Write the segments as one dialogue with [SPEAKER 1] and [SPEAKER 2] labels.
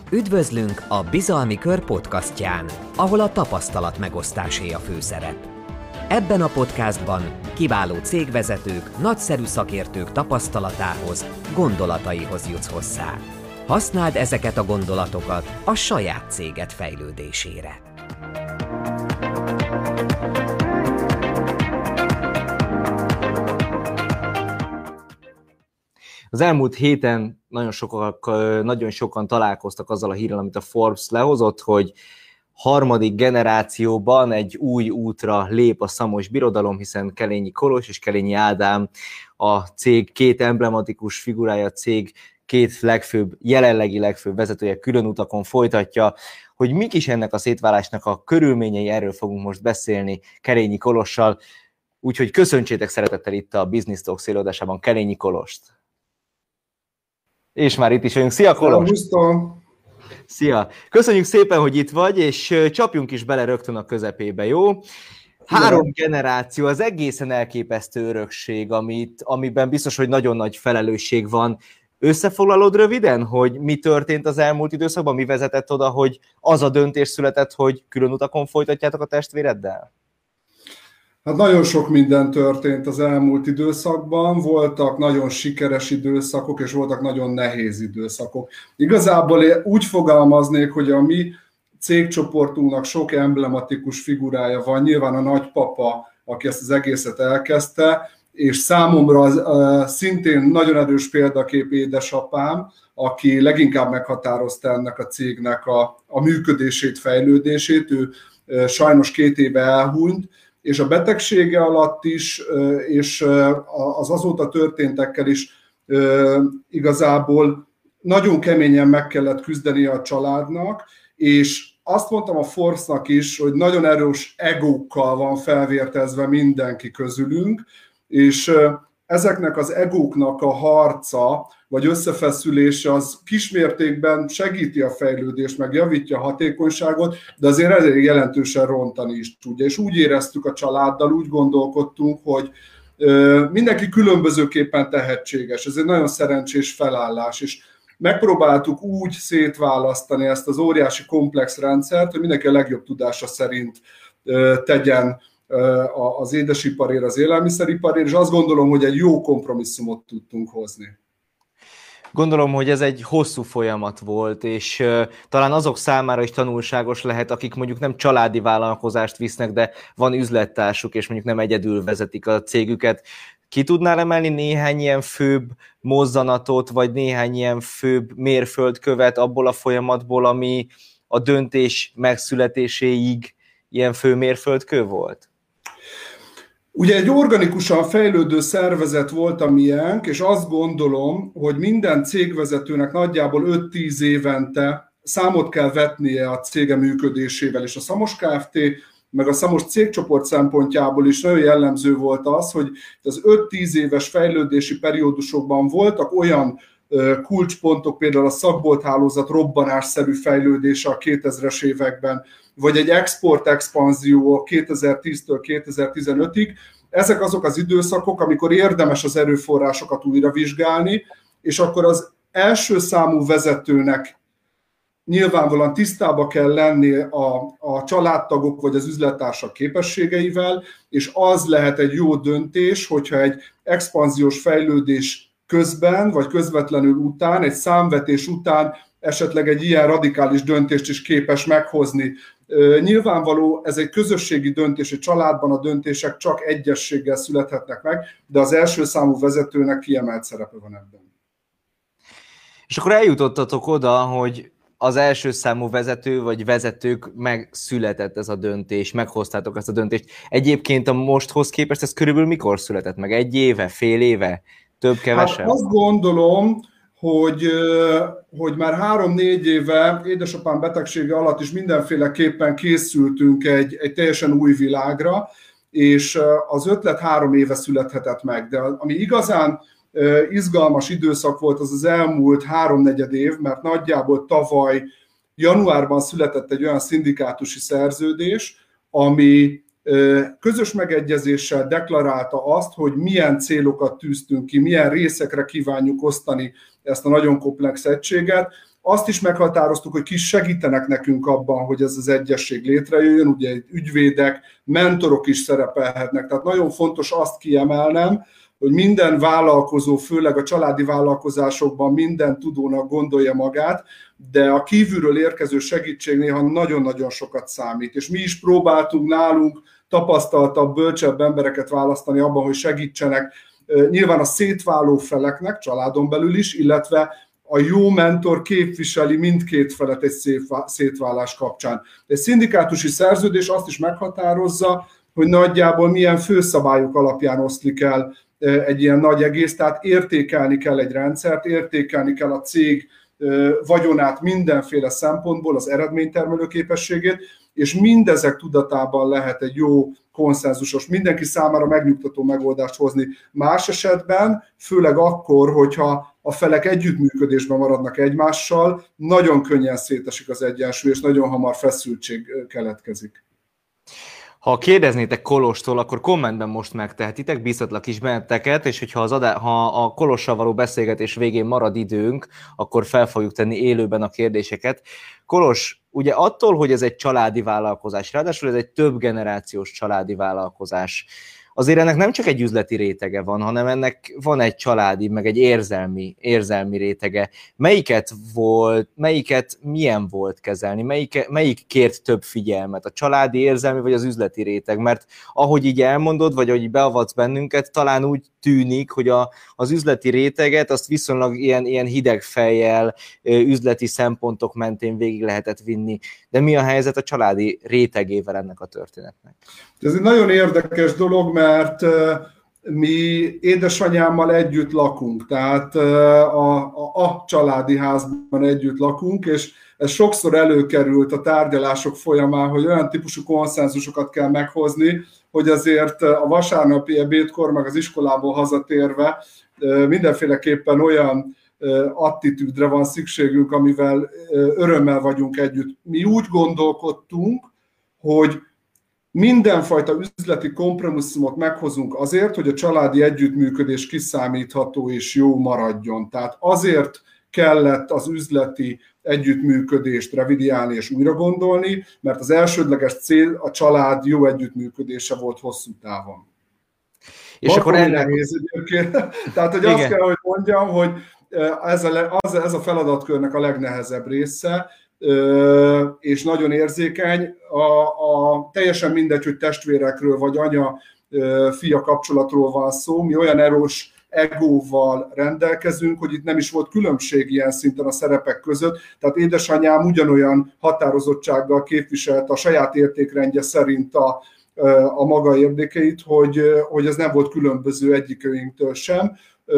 [SPEAKER 1] Üdvözlünk a Bizalmi Kör podcastján, ahol a tapasztalat megosztásé a főszerep. Ebben a podcastban kiváló cégvezetők, nagyszerű szakértők tapasztalatához, gondolataihoz jutsz hozzá. Használd ezeket a gondolatokat a saját céged fejlődésére.
[SPEAKER 2] Az elmúlt héten nagyon sokan találkoztak azzal a hírrel, amit a Forbes lehozott, hogy harmadik generációban egy új útra lép a Szamos Birodalom, hiszen Kelényi Kolos és Kelényi Ádám a cég két emblematikus figurája, a cég két jelenlegi legfőbb vezetője külön utakon folytatja. Hogy mik is ennek a szétválásnak a körülményei, erről fogunk most beszélni Kelényi Kolossal. Úgyhogy köszöntsétek szeretettel itt a Business Talk szélodásában Kelényi Kolost. És már itt is vagyunk. Szia, Kolos! Szia! Köszönjük szépen, hogy itt vagy, és csapjunk is bele rögtön a közepébe, jó? 3 generáció, az egészen elképesztő örökség, amiben biztos, hogy nagyon nagy felelősség van. Összefoglalod röviden, hogy mi történt az elmúlt időszakban, mi vezetett oda, hogy az a döntés született, hogy külön utakon folytatjátok a testvéreddel?
[SPEAKER 3] Hát nagyon sok minden történt az elmúlt időszakban, voltak nagyon sikeres időszakok, és voltak nagyon nehéz időszakok. Igazából én úgy fogalmaznék, hogy a mi cégcsoportunknak sok emblematikus figurája van, nyilván a nagypapa, aki ezt az egészet elkezdte, és számomra szintén nagyon erős példakép édesapám, aki leginkább meghatározta ennek a cégnek a működését, fejlődését. Ő sajnos 2 éve elhunyt, és a betegsége alatt is, és az azóta történtekkel is igazából nagyon keményen meg kellett küzdeni a családnak, és azt mondtam a Forbesnak is, hogy nagyon erős egókkal van felvértezve mindenki közülünk, és ezeknek az egóknak a harca, vagy összefeszülése az kismértékben segíti a fejlődést, meg javítja a hatékonyságot, de azért elég jelentősen rontani is tudja. És úgy éreztük a családdal, úgy gondolkodtunk, hogy mindenki különbözőképpen tehetséges. Ez egy nagyon szerencsés felállás, és megpróbáltuk úgy szétválasztani ezt az óriási komplex rendszert, hogy mindenki a legjobb tudása szerint tegyen az édesiparért, az élelmiszeriparért, és azt gondolom, hogy egy jó kompromisszumot tudtunk hozni.
[SPEAKER 2] Gondolom, hogy ez egy hosszú folyamat volt, és talán azok számára is tanulságos lehet, akik mondjuk nem családi vállalkozást visznek, de van üzlettársuk, és mondjuk nem egyedül vezetik a cégüket. Ki tudnál emelni néhány ilyen főbb mozzanatot, vagy néhány ilyen főbb mérföldkövet abból a folyamatból, ami a döntés megszületéséig ilyen fő mérföldkő volt?
[SPEAKER 3] Ugye egy organikusan fejlődő szervezet volt a miénk, és azt gondolom, hogy minden cégvezetőnek nagyjából 5-10 évente számot kell vetnie a cége működésével, és a Szamos Kft. Meg a Szamos cégcsoport szempontjából is nagyon jellemző volt az, hogy az 5-10 éves fejlődési periódusokban voltak olyan kulcspontok, például a szakbolthálózat robbanásszerű fejlődése a 2000-es években, vagy egy export-expanzió 2010-től 2015-ig. Ezek azok az időszakok, amikor érdemes az erőforrásokat újra vizsgálni, és akkor az első számú vezetőnek nyilvánvalóan tisztába kell lenni a családtagok vagy az üzlettársak képességeivel, és az lehet egy jó döntés, hogyha egy expanziós fejlődés közben, vagy közvetlenül után, egy számvetés után esetleg egy ilyen radikális döntést is képes meghozni. Nyilvánvaló, ez egy közösségi döntés, egy családban a döntések csak egyességgel születhetnek meg, de az első számú vezetőnek kiemelt szerepe van ebben.
[SPEAKER 2] És akkor eljutottatok oda, hogy az első számú vezető vagy vezetők megszületett ez a döntés, meghoztátok ezt a döntést. Egyébként a mosthoz képest ez körülbelül mikor született meg? 1 éve, fél éve? Több, kevesebb?
[SPEAKER 3] Hát azt gondolom, hogy már 3-4 éve édesapám betegsége alatt is mindenféleképpen készültünk egy teljesen új világra, és az ötlet 3 éve születhetett meg. De ami igazán izgalmas időszak volt az elmúlt 3-4 év, mert nagyjából tavaly januárban született egy olyan szindikátusi szerződés, ami közös megegyezéssel deklarálta azt, hogy milyen célokat tűztünk ki, milyen részekre kívánjuk osztani ezt a nagyon komplex egységet. Azt is meghatároztuk, hogy ki segítenek nekünk abban, hogy ez az egyesség létrejöjjön, ugye ügyvédek, mentorok is szerepelhetnek. Tehát nagyon fontos azt kiemelnem, hogy minden vállalkozó, főleg a családi vállalkozásokban minden tudónak gondolja magát, de a kívülről érkező segítség néha nagyon-nagyon sokat számít. És mi is próbáltunk nálunk tapasztaltabb, bölcsebb embereket választani abban, hogy segítsenek nyilván a szétváló feleknek, családon belül is, illetve a jó mentor képviseli mindkét felet egy szétválás kapcsán. Egy szindikátusi szerződés azt is meghatározza, hogy nagyjából milyen főszabályok alapján oszlik el egy ilyen nagy egész, tehát értékelni kell egy rendszert, értékelni kell a cég vagyonát mindenféle szempontból, az eredménytermelő képességét, és mindezek tudatában lehet egy jó konszenzusos, mindenki számára megnyugtató megoldást hozni. Más esetben, főleg akkor, hogyha a felek együttműködésben maradnak egymással, nagyon könnyen szétesik az egyensúly, és nagyon hamar feszültség keletkezik.
[SPEAKER 2] Ha kérdeznétek Kolostól, akkor kommentben most megtehetitek, bíztatlak is benneteket, és hogyha ha a Kolossal való beszélgetés végén marad időnk, akkor fel fogjuk tenni élőben a kérdéseket. Kolos, ugye attól, hogy ez egy családi vállalkozás, ráadásul ez egy több generációs családi vállalkozás, azért ennek nem csak egy üzleti rétege van, hanem ennek van egy családi, meg egy érzelmi rétege. Melyiket milyen volt kezelni? Melyik kért több figyelmet? A családi, érzelmi, vagy az üzleti réteg? Mert ahogy így elmondod, vagy ahogy beavatsz bennünket, talán úgy tűnik, hogy az üzleti réteget azt viszonylag ilyen hideg fejjel, üzleti szempontok mentén végig lehetett vinni. De mi a helyzet a családi rétegével ennek a történetnek?
[SPEAKER 3] Ez egy nagyon érdekes dolog, mert mi édesanyámmal együtt lakunk, tehát a családi házban együtt lakunk, és ez sokszor előkerült a tárgyalások folyamán, hogy olyan típusú konszenzusokat kell meghozni, hogy azért a vasárnapi ebédkor, meg az iskolából hazatérve mindenféleképpen olyan attitűdre van szükségünk, amivel örömmel vagyunk együtt. Mi úgy gondolkodtunk, hogy mindenfajta üzleti kompromisszumot meghozunk azért, hogy a családi együttműködés kiszámítható és jó maradjon. Tehát azért kellett az üzleti együttműködést revidiálni és újra gondolni, mert az elsődleges cél a család jó együttműködése volt hosszú távon. És akkor nehéz egyébként. Tehát, hogy azt kell, hogy mondjam, hogy ez a feladatkörnek a legnehezebb része, és nagyon érzékeny. Teljesen mindegy, hogy testvérekről vagy anya-fia kapcsolatról van szó, mi olyan erős egóval rendelkezünk, hogy itt nem is volt különbség ilyen szinten a szerepek között, tehát édesanyám ugyanolyan határozottsággal képviselte a saját értékrendje szerint a maga érdekeit, hogy ez nem volt különböző egyikőinktől sem.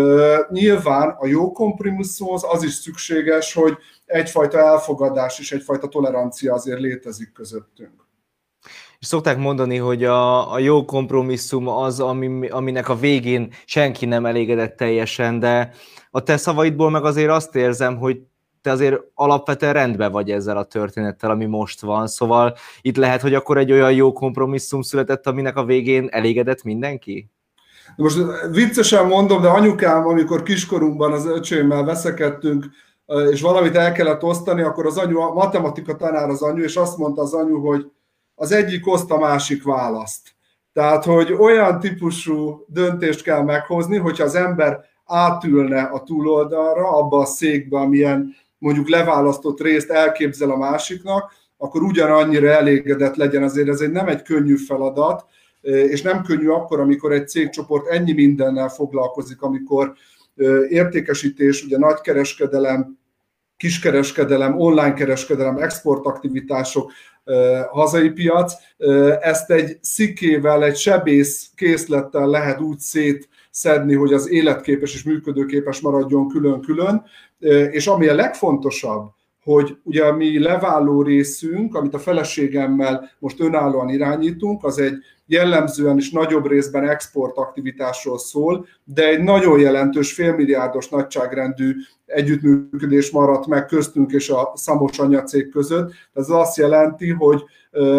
[SPEAKER 3] Nyilván a jó kompromisszumhoz az is szükséges, hogy egyfajta elfogadás és egyfajta tolerancia azért létezik közöttünk.
[SPEAKER 2] És szokták mondani, hogy a jó kompromisszum az, aminek a végén senki nem elégedett teljesen, de a te szavaidból meg azért azt érzem, hogy te azért alapvetően rendben vagy ezzel a történettel, ami most van, szóval itt lehet, hogy akkor egy olyan jó kompromisszum született, aminek a végén elégedett mindenki?
[SPEAKER 3] Most viccesen mondom, de anyukám, amikor kiskorunkban az öcsémmel veszekedtünk, és valamit el kellett osztani, akkor az anyu, a matematika tanár az anyu, és azt mondta az anyu, hogy az egyik oszt, a másik választ. Tehát, hogy olyan típusú döntést kell meghozni, hogyha az ember átülne a túloldalra, abba a székbe, amilyen mondjuk leválasztott részt elképzel a másiknak, akkor ugyanannyira elégedett legyen. Azért ez nem egy könnyű feladat, és nem könnyű akkor, amikor egy cégcsoport ennyi mindennel foglalkozik, amikor értékesítés, ugye nagykereskedelem, kiskereskedelem, online kereskedelem, exportaktivitások, hazai piac, ezt egy szikével, egy sebész készlettel lehet úgy szétszedni, hogy az életképes és működőképes maradjon külön-külön, és ami a legfontosabb, hogy ugye a mi leváló részünk, amit a feleségemmel most önállóan irányítunk, az egy jellemzően is nagyobb részben exportaktivitásról szól, de egy nagyon jelentős félmilliárdos nagyságrendű együttműködés maradt meg köztünk és a Szamos anyacég között. Ez azt jelenti, hogy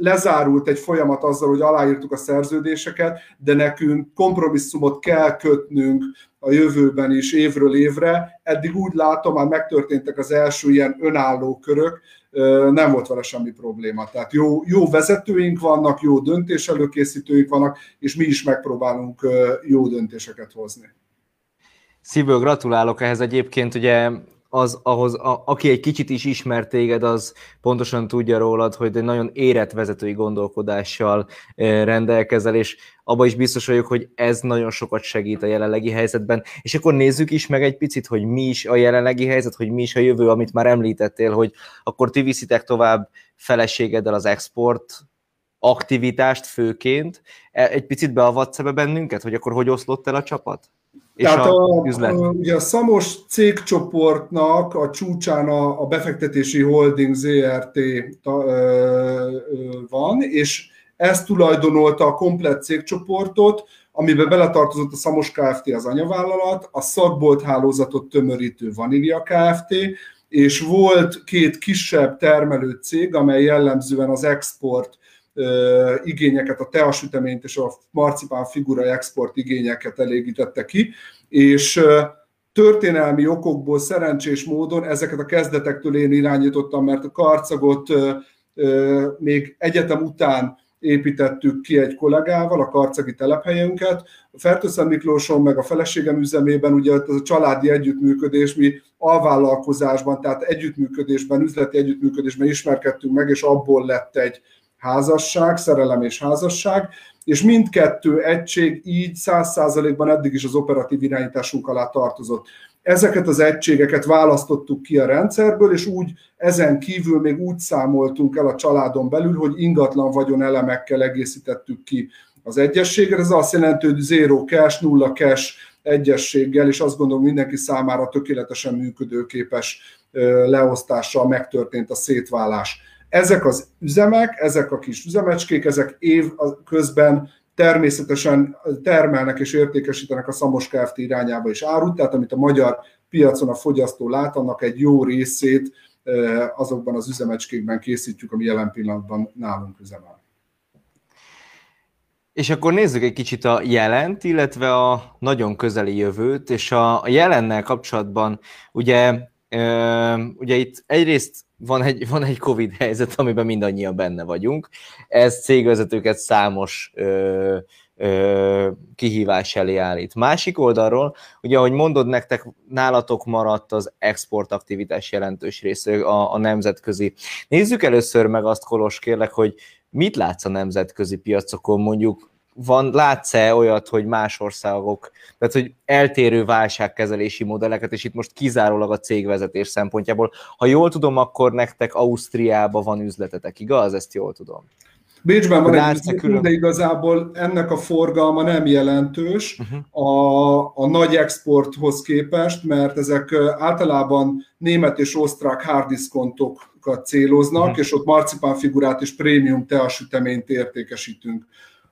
[SPEAKER 3] lezárult egy folyamat azzal, hogy aláírtuk a szerződéseket, de nekünk kompromisszumot kell kötnünk a jövőben is évről évre. Eddig úgy látom, már megtörténtek az első ilyen önálló körök, nem volt vele semmi probléma. Tehát jó vezetőink vannak, jó döntéselőkészítőink vannak, és mi is megpróbálunk jó döntéseket hozni.
[SPEAKER 2] Szívből gratulálok ehhez egyébként, ugye aki egy kicsit is ismer téged, az pontosan tudja rólad, hogy egy nagyon érett vezetői gondolkodással rendelkezel, és abban is biztos vagyok, hogy ez nagyon sokat segít a jelenlegi helyzetben. És akkor nézzük is meg egy picit, hogy mi is a jelenlegi helyzet, hogy mi is a jövő, amit már említettél, hogy akkor ti viszitek tovább feleségeddel az export aktivitást főként. Egy picit beavatsz ebbe bennünket, hogy akkor hogy oszlott el a csapat?
[SPEAKER 3] Tehát ugye a Szamos cégcsoportnak a csúcsán a befektetési holding ZRT van, és ez tulajdonolta a komplett cégcsoportot, amiben beletartozott a Szamos Kft. Az anyavállalat, a szakbolt hálózatot tömörítő Vanília Kft., és volt két kisebb termelő cég, amely jellemzően az export igényeket, a teasüteményt és a marcipán figura export igényeket elégítette ki, és történelmi okokból szerencsés módon ezeket a kezdetektől én irányítottam, mert a karcagot még egyetem után építettük ki egy kollégával, a karcagi telephelyünket. A Fertőszent Miklóson meg a feleségem üzemében ugye ez a családi együttműködés, mi alvállalkozásban, tehát együttműködésben, üzleti együttműködésben ismerkedtünk meg, és abból lett egy házasság, szerelem és házasság, és mindkettő egység így 100%-ban eddig is az operatív irányításunk alá tartozott. Ezeket az egységeket választottuk ki a rendszerből, és úgy ezen kívül még úgy számoltunk el a családon belül, hogy ingatlan vagyon elemekkel egészítettük ki az egyességet. Ez azt jelenti, hogy zero cash, nulla cash egyességgel, és azt gondolom mindenki számára tökéletesen működőképes leosztással megtörtént a szétválás. Ezek az üzemek, ezek a kis üzemecskék, ezek év közben természetesen termelnek és értékesítenek a Szamos Kft. Irányába is árut, tehát amit a magyar piacon a fogyasztó lát, annak egy jó részét azokban az üzemecskékben készítjük, ami jelen pillanatban nálunk üzemel.
[SPEAKER 2] És akkor nézzük egy kicsit a jelent, illetve a nagyon közeli jövőt, és a jelennel kapcsolatban ugye itt egyrészt van egy Covid helyzet, amiben mindannyian benne vagyunk. Ez cégvezetőket számos kihívás elé állít. Másik oldalról, ugye ahogy mondod, nektek nálatok maradt az exportaktivitás jelentős része, a nemzetközi. Nézzük először meg azt, Kolos, kérlek, hogy mit látsz a nemzetközi piacokon, mondjuk látsz-e olyat, hogy más országok, tehát hogy eltérő válságkezelési modelleket, és itt most kizárólag a cégvezetés szempontjából. Ha jól tudom, akkor nektek Ausztriában van üzletetek, igaz? Ezt jól tudom.
[SPEAKER 3] Bécsben van egy üzletünk, de igazából ennek a forgalma nem jelentős a nagy exporthoz képest, mert ezek általában német és osztrák harddiszkontokat céloznak, és ott marcipánfigurát és prémium teasüteményt értékesítünk.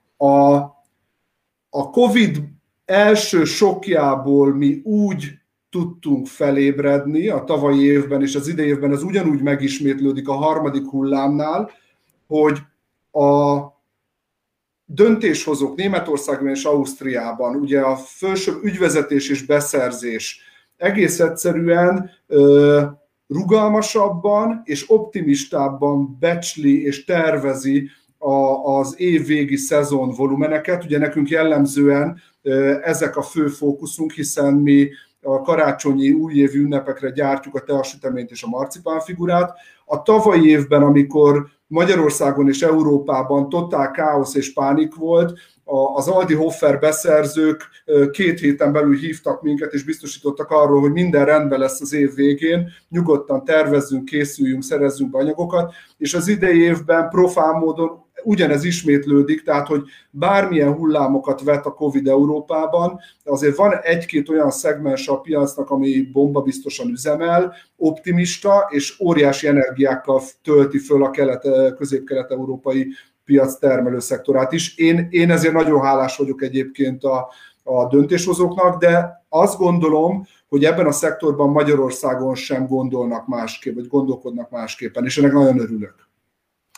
[SPEAKER 3] A Covid első sokjából mi úgy tudtunk felébredni a tavalyi évben, és az idei évben ez ugyanúgy megismétlődik a harmadik hullámnál, hogy a döntéshozók Németországban és Ausztriában, ugye a felső ügyvezetés és beszerzés egész egyszerűen rugalmasabban és optimistábban becsli és tervezi az évvégi szezon volumeneket. Ugye nekünk jellemzően ezek a fő fókuszunk, hiszen mi a karácsonyi újévi ünnepekre gyártjuk a teasüteményt és a marcipánfigurát. A tavalyi évben, amikor Magyarországon és Európában totál káosz és pánik volt, az Aldi Hofer beszerzők 2 héten belül hívtak minket, és biztosítottak arról, hogy minden rendben lesz az év végén, nyugodtan tervezzünk, készüljünk, szerezzünk anyagokat, és az idei évben profán módon ugyanez ismétlődik, tehát hogy bármilyen hullámokat vet a Covid Európában, azért van egy-két olyan szegmens a piacnak, ami bombabiztosan üzemel, optimista, és óriási energiákkal tölti föl a közép-kelet-európai piac termelőszektorát is. Én ezért nagyon hálás vagyok egyébként a döntéshozóknak, de azt gondolom, hogy ebben a szektorban Magyarországon sem gondolnak másképp, vagy gondolkodnak másképpen, és ennek nagyon örülök.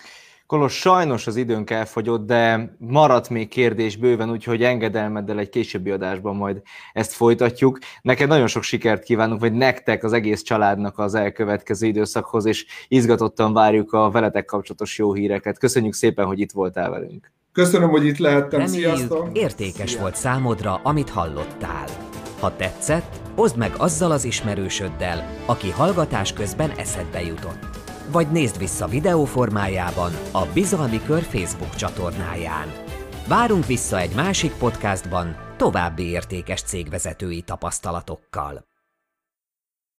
[SPEAKER 2] Kolos, sajnos az időnk elfogyott, de maradt még kérdés bőven, úgyhogy engedelmeddel egy későbbi adásban majd ezt folytatjuk. Neked nagyon sok sikert kívánunk, vagy nektek, az egész családnak az elkövetkező időszakhoz, és izgatottan várjuk a veletek kapcsolatos jó híreket. Köszönjük szépen, hogy itt voltál velünk.
[SPEAKER 3] Köszönöm, hogy itt lehettem.
[SPEAKER 1] Reméljük,
[SPEAKER 3] Sziasztok!
[SPEAKER 1] értékes volt számodra, amit hallottál. Ha tetszett, oszd meg azzal az ismerősöddel, aki hallgatás közben eszedbe jutott. Vagy nézd vissza videó formájában a Bizalmi Kör Facebook csatornáján. Várunk vissza egy másik podcastban további értékes cégvezetői tapasztalatokkal.